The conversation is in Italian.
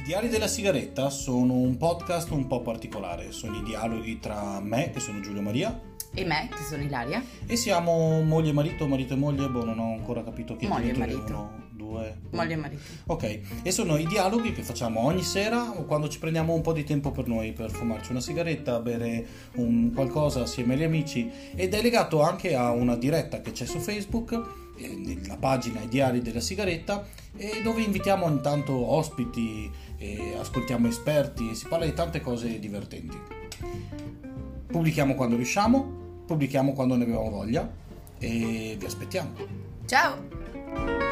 Diari della sigaretta sono un podcast un po' particolare, sono i dialoghi tra me, che sono Giulio Maria, e me, che sono Ilaria. e siamo moglie e marito, marito e moglie, non ho ancora capito che Moglie e genitore marito. uno, due... Moglie e marito. Ok, e sono i dialoghi che facciamo ogni sera quando ci prendiamo un po' di tempo per noi, per fumarci una sigaretta, bere qualcosa assieme agli amici, ed è legato anche a una diretta che c'è su Facebook, la pagina I Diari della Sigaretta, e dove invitiamo ogni tanto ospiti, ascoltiamo esperti, si parla di tante cose divertenti. Pubblichiamo quando riusciamo, pubblichiamo quando ne abbiamo voglia e vi aspettiamo. Ciao!